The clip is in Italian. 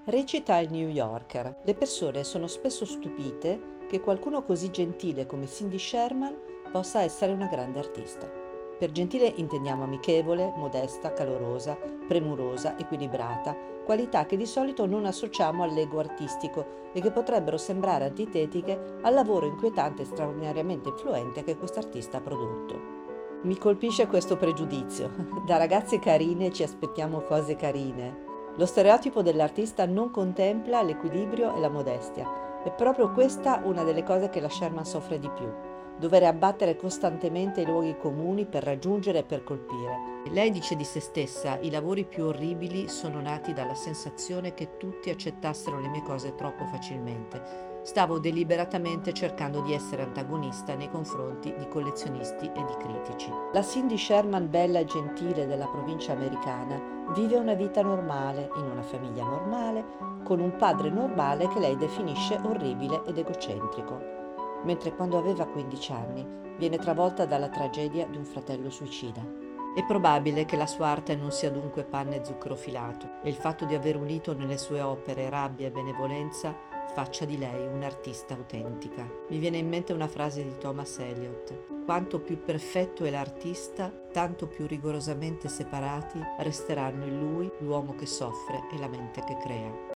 Recita il New Yorker. Le persone sono spesso stupite che qualcuno così gentile come Cindy Sherman possa essere una grande artista. Per gentile intendiamo amichevole, modesta, calorosa, premurosa, equilibrata, qualità che di solito non associamo all'ego artistico e che potrebbero sembrare antitetiche al lavoro inquietante e straordinariamente influente che quest'artista ha prodotto. Mi colpisce questo pregiudizio. Da ragazze carine ci aspettiamo cose carine. Lo stereotipo dell'artista non contempla l'equilibrio e la modestia. È proprio questa una delle cose che la Sherman soffre di più. Dover abbattere costantemente i luoghi comuni per raggiungere e per colpire. Lei dice di se stessa: i lavori più orribili sono nati dalla sensazione che tutti accettassero le mie cose troppo facilmente. Stavo deliberatamente cercando di essere antagonista nei confronti di collezionisti e di critici. La Cindy Sherman bella e gentile della provincia americana vive una vita normale, in una famiglia normale, con un padre normale che lei definisce orribile ed egocentrico. Mentre quando aveva 15 anni viene travolta dalla tragedia di un fratello suicida. È probabile che la sua arte non sia dunque panne e zucchero filato e il fatto di aver unito nelle sue opere rabbia e benevolenza faccia di lei un'artista autentica. Mi viene in mente una frase di Thomas Eliot: quanto più perfetto è l'artista, tanto più rigorosamente separati resteranno in lui l'uomo che soffre e la mente che crea.